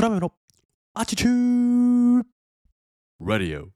空豆のアチチューラディオ。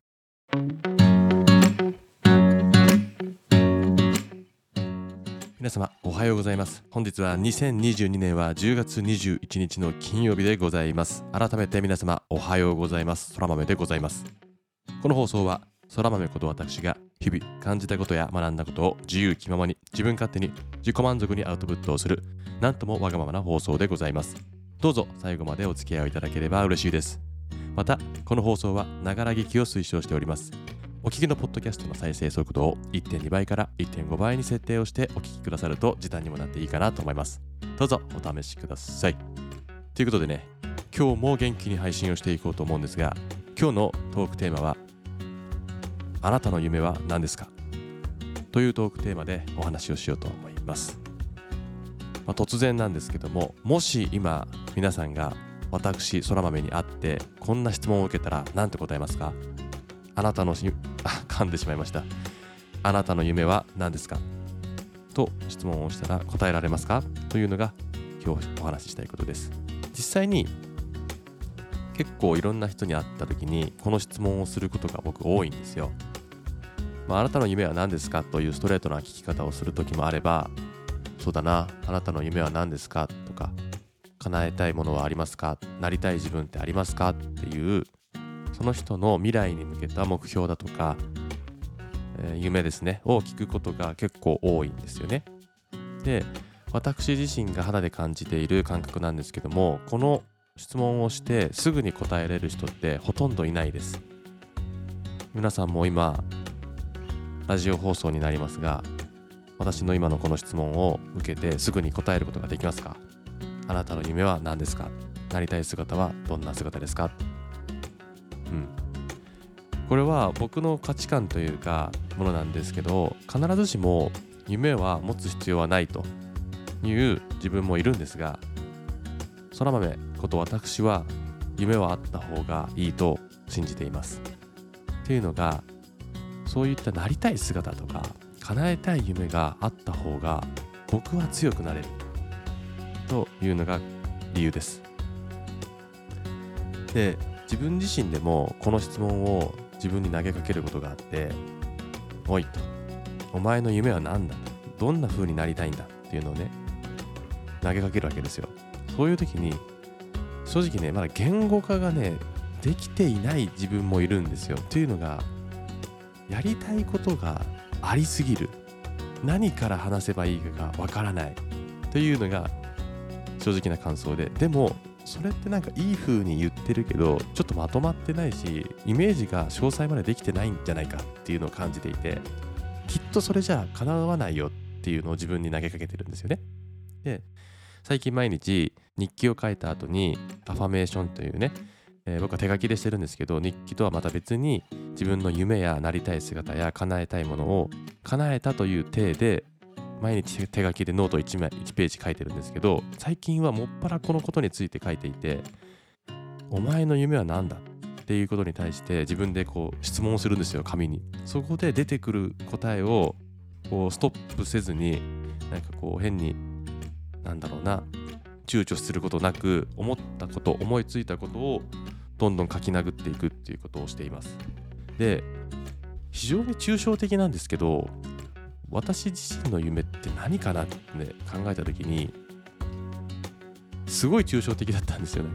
皆様おはようございます。本日は2022年は10月21日の金曜日でございます。改めて皆様おはようございます。空豆でございます。この放送は空豆こと私が日々感じたことや学んだことを自由気ままに自分勝手に自己満足にアウトプットをする、なんともわがままな放送でございます。どうぞ最後までお付き合いいただければ嬉しいです。またこの放送はながら聞きを推奨しております。お聞きのポッドキャストの再生速度を 1.2 倍から 1.5 倍に設定をしてお聞きくださると時短にもなっていいかなと思います。どうぞお試しください。ということでね、今日も元気に配信をしていこうと思うんですが、今日のトークテーマはあなたの夢は何ですかというトークテーマでお話をしようと思います。突然なんですけども、もし今皆さんが私空豆に会ってこんな質問を受けたら何て答えますか？あなたの噛んでしまいました。あなたの夢は何ですかと質問をしたら答えられますかというのが今日お話ししたいことです。実際に結構いろんな人に会った時にこの質問をすることが僕多いんですよ。あなたの夢は何ですかというストレートな聞き方をする時もあれば、そうだな、あなたの夢は何ですかとか、叶えたいものはありますか、なりたい自分ってありますかっていう、その人の未来に向けた目標だとか、夢ですねを聞くことが結構多いんですよね。で、私自身が肌で感じている感覚なんですけども、この質問をしてすぐに答えれる人ってほとんどいないです。皆さんも今ラジオ放送になりますが、私の今のこの質問を受けてすぐに答えることができますか？あなたの夢は何ですか？なりたい姿はどんな姿ですか？これは僕の価値観というかものなんですけど、必ずしも夢は持つ必要はないという自分もいるんですが、空豆こと私は夢はあった方がいいと信じています。っていうのが、そういったなりたい姿とか叶えたい夢があった方が僕は強くなれるというのが理由です。で、自分自身でもこの質問を自分に投げかけることがあって、おいと、お前の夢は何だ、どんな風になりたいんだっていうのをね投げかけるわけですよ。そういう時に正直ね、まだ言語化がねできていない自分もいるんですよ。というのが、やりたいことがありすぎる、何から話せばいいかがわからないというのが正直な感想で、でもそれってなんかいい風に言ってるけどちょっとまとまってないし、イメージが詳細までできてないんじゃないかっていうのを感じていて、きっとそれじゃあ叶わないよっていうのを自分に投げかけてるんですよね。で、最近毎日日記を書いた後にアファメーションというね、僕は手書きでしてるんですけど、日記とはまた別に自分の夢やなりたい姿や叶えたいものを叶えたという体で毎日手書きでノート1ページ書いてるんですけど、最近はもっぱらこのことについて書いていて、お前の夢は何だっていうことに対して自分でこう質問をするんですよ、紙に。そこで出てくる答えをこうストップせずに、なんかこう変に躊躇することなく、思ったこと、思いついたことをどんどん書き殴っていくっていうことをしています。で、非常に抽象的なんですけど、私自身の夢って何かなってね考えた時にすごい抽象的だったんですよ。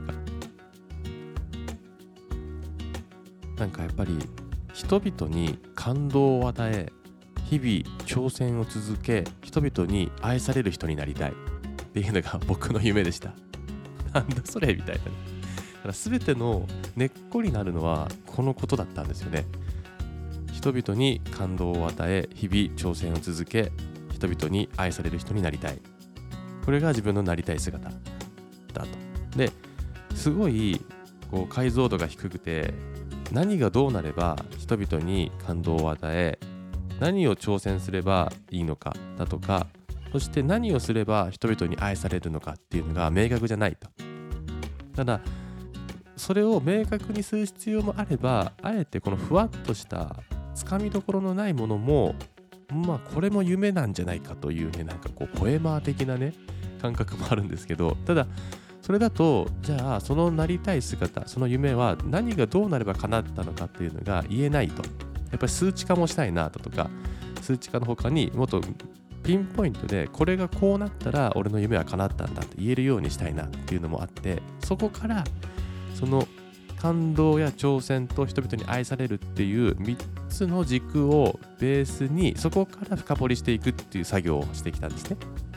なんかやっぱり人々に感動を与え、日々挑戦を続け、人々に愛される人になりたいっていうのが僕の夢でした。なんだそれみたいなね。だから全ての根っこになるのはこのことだったんですよね。人々に感動を与え、日々挑戦を続け、人々に愛される人になりたい。これが自分のなりたい姿だと。で、すごいこう解像度が低くて、何がどうなれば人々に感動を与え、何を挑戦すればいいのかだとか、そして何をすれば人々に愛されるのかっていうのが明確じゃないと。ただそれを明確にする必要もあれば、あえてこのふわっとしたつかみどころのないものも、これも夢なんじゃないかというね、なんかこうポエマー的なね感覚もあるんですけど、ただそそれだとじゃあそのなりたい姿、その夢は何がどうなれば叶ったのかっていうのが言えないと、やっぱり数値化もしたいなとか、数値化の他にもっとピンポイントでこれがこうなったら俺の夢は叶ったんだって言えるようにしたいなっていうのもあって、そこからその感動や挑戦と人々に愛されるっていう3つの軸をベースに、そこから深掘りしていくっていう作業をしてきたんですね。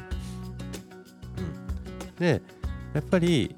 でやっぱり、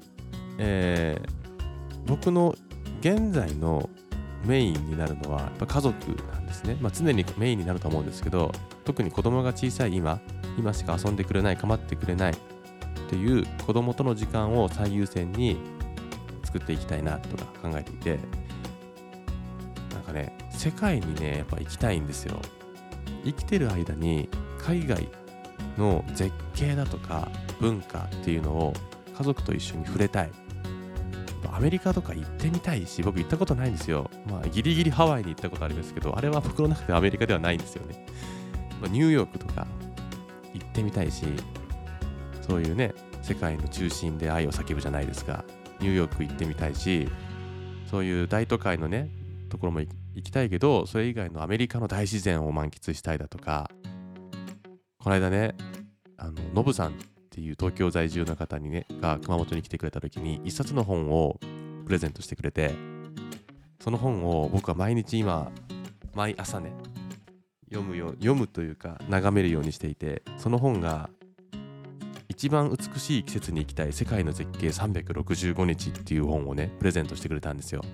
僕の現在のメインになるのはやっぱ家族なんですね。常にメインになると思うんですけど、特に子供が小さい今しか遊んでくれない、構ってくれないっていう子供との時間を最優先に作っていきたいなとか考えていて、なんかね、世界にねやっぱ行きたいんですよ。生きてる間に海外の絶景だとか文化っていうのを家族と一緒に触れたい。アメリカとか行ってみたいし、僕行ったことないんですよ。ギリギリハワイに行ったことありますけど、あれは僕の中でアメリカではないんですよね。ニューヨークとか行ってみたいし、そういうね、世界の中心で愛を叫ぶじゃないですか。ニューヨーク行ってみたいし、そういう大都会のねところも行きたいけど、それ以外のアメリカの大自然を満喫したいだとか、この間ね、ノブさんっていう東京在住の方にねが熊本に来てくれた時に一冊の本をプレゼントしてくれて、その本を僕は毎朝ね読むというか眺めるようにしていて、その本が一番美しい季節に行きたい世界の絶景365日っていう本をねプレゼントしてくれたんですよ。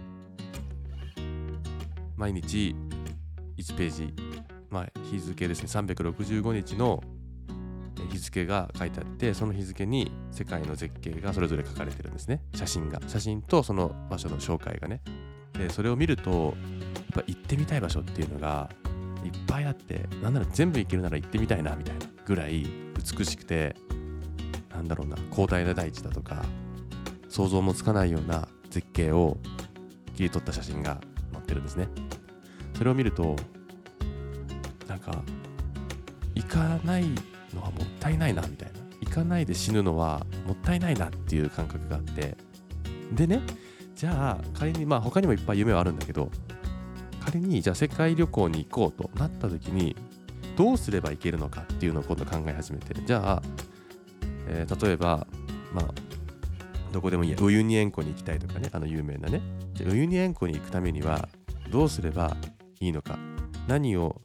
毎日1ページ、日付ですね、365日の日付が書いてあって、その日付に世界の絶景がそれぞれ書かれてるんですね。写真とその場所の紹介がね。でそれを見るとやっぱ行ってみたい場所っていうのがいっぱいあって、なんなら全部行けるなら行ってみたいなみたいなぐらい美しくて、広大な大地だとか想像もつかないような絶景を切り取った写真が載ってるんですね。それを見るとなんか行かないのはもったいないなみたいな、行かないで死ぬのはもったいないなっていう感覚があって、でね、じゃあ仮に他にもいっぱい夢はあるんだけど、仮にじゃあ世界旅行に行こうとなった時にどうすれば行けるのかっていうのを今度考え始めて、じゃあ、例えばどこでもいいや、ウユニ塩湖に行きたいとかね、有名なね、じゃあウユニ塩湖に行くためにはどうすればいいのか、何を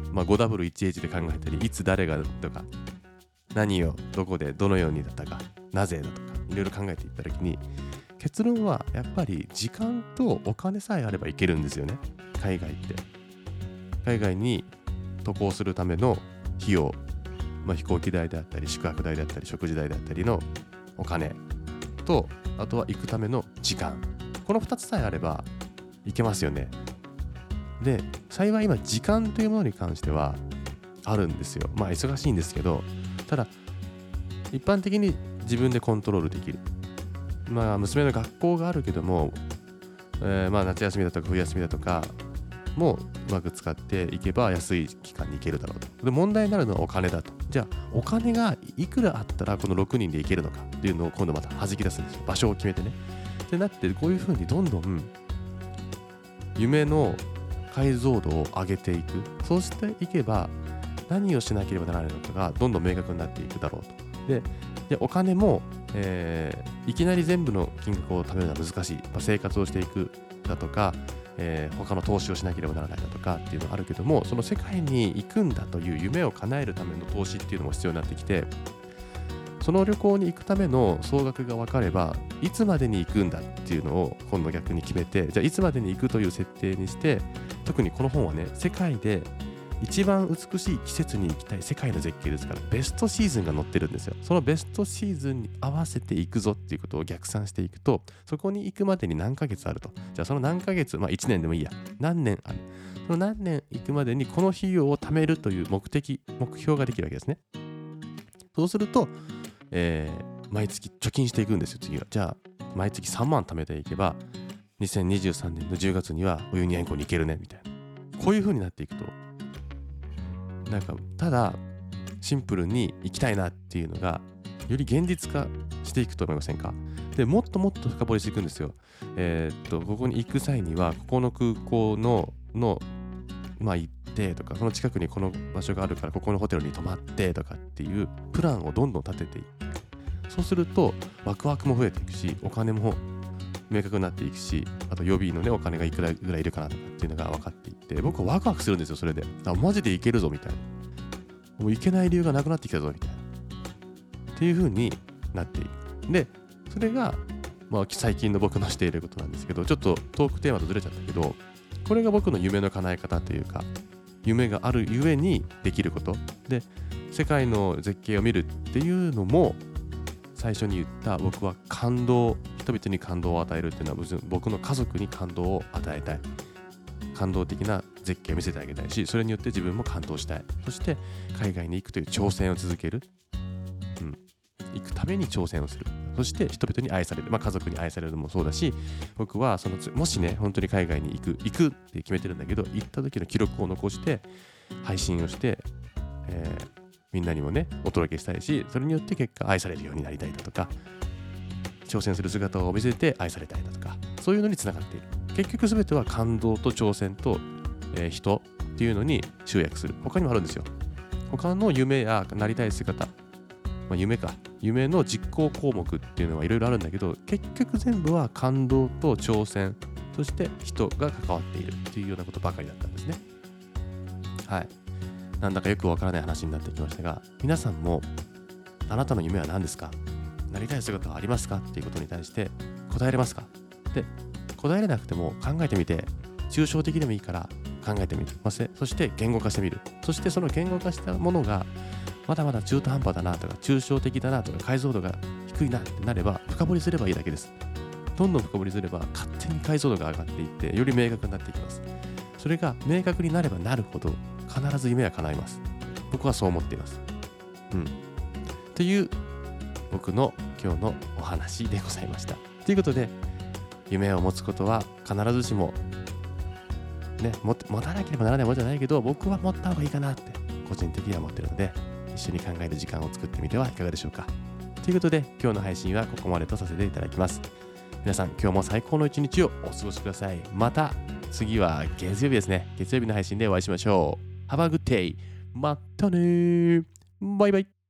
5W1H で考えたり、いつ誰がとか、何をどこでどのようにだったか、なぜだとかいろいろ考えていった時に、結論はやっぱり時間とお金さえあれば行けるんですよね。海外って海外に渡航するための費用、飛行機代であったり宿泊代であったり食事代であったりのお金と、あとは行くための時間、この2つさえあれば行けますよね。で幸い今時間というものに関してはあるんですよ。忙しいんですけど、ただ一般的に自分でコントロールできる。娘の学校があるけども、夏休みだとか冬休みだとかもうまく使っていけば安い期間に行けるだろうと。で問題になるのはお金だと。じゃあお金がいくらあったらこの6人で行けるのかっていうのを今度また弾き出すんですよ。場所を決めてね。ってなって、こういう風にどんどん夢の解像度を上げていく。そうしていけば何をしなければならないのかがどんどん明確になっていくだろうと。でお金も、いきなり全部の金額を貯めるのは難しい。生活をしていくだとか、他の投資をしなければならないだとかっていうのはあるけども、その世界に行くんだという夢を叶えるための投資っていうのも必要になってきて、その旅行に行くための総額が分かればいつまでに行くんだっていうのを今度逆に決めて、じゃあいつまでに行くという設定にして、特にこの本はね、世界で一番美しい季節に行きたい世界の絶景ですから、ベストシーズンが載ってるんですよ。そのベストシーズンに合わせていくぞっていうことを逆算していくと、そこに行くまでに何ヶ月あると。じゃあその何ヶ月、1年でもいいや、何年ある。その何年行くまでにこの費用を貯めるという目標ができるわけですね。そうすると、毎月貯金していくんですよ、次は。じゃあ毎月3万貯めていけば2023年の10月にはウユニ塩湖に行けるねみたいな。こういう風になっていくと、ただシンプルに行きたいなっていうのがより現実化していくと思いませんか？ でもっともっと深掘りしていくんですよ。ここに行く際にはここの空港の行ってとか、その近くにこの場所があるからここのホテルに泊まってとかっていうプランをどんどん立てていく。そうするとワクワクも増えていくし、お金も明確になっていくし、あと予備のねお金がいくらぐらいいるかなとかっていうのが分かっていって、僕はワクワクするんですよ。それでマジでいけるぞみたいな、もういけない理由がなくなってきたぞみたいなっていう風になっていく。でそれが最近の僕のしていることなんですけど、ちょっとトークテーマとずれちゃったけど、これが僕の夢の叶え方というか、夢があるゆえにできることで、世界の絶景を見るっていうのも最初に言った僕は感動、人々に感動を与えるっていうのは僕の家族に感動を与えたい、感動的な絶景を見せてあげたいし、それによって自分も感動したい。そして海外に行くという挑戦を続ける、行くために挑戦をする。そして人々に愛される、家族に愛されるのもそうだし、僕はもしね本当に海外に行くって決めてるんだけど、行った時の記録を残して配信をして、みんなにもねお届けしたいし、それによって結果愛されるようになりたいだとか、挑戦する姿を見せて愛されたいだとか、そういうのにつながっている。結局全ては感動と挑戦と、人っていうのに集約する。他にもあるんですよ。他の夢やなりたい姿、夢の実行項目っていうのはいろいろあるんだけど、結局全部は感動と挑戦、そして人が関わっているっていうようなことばかりだったんですね。はい。なんだかよくわからない話になってきましたが、皆さんもあなたの夢は何ですか？なりたい姿はありますかっていうことに対して答えれますか？で、答えれなくても考えてみて、抽象的でもいいから考えてみる。そして言語化してみる。そしてその言語化したものがまだまだ中途半端だなとか、抽象的だなとか、解像度が低いなってなれば深掘りすればいいだけです。どんどん深掘りすれば勝手に解像度が上がっていって、より明確になっていきます。それが明確になればなるほど必ず夢は叶います。僕はそう思っています。という僕の今日のお話でございました。ということで、夢を持つことは必ずしもね、持たなければならないものじゃないけど、僕は持った方がいいかなって個人的には思ってるので、一緒に考える時間を作ってみてはいかがでしょうか。ということで、今日の配信はここまでとさせていただきます。皆さん、今日も最高の一日をお過ごしください。また次は月曜日ですね。月曜日の配信でお会いしましょう。Have a good day. またねー。バイバイ。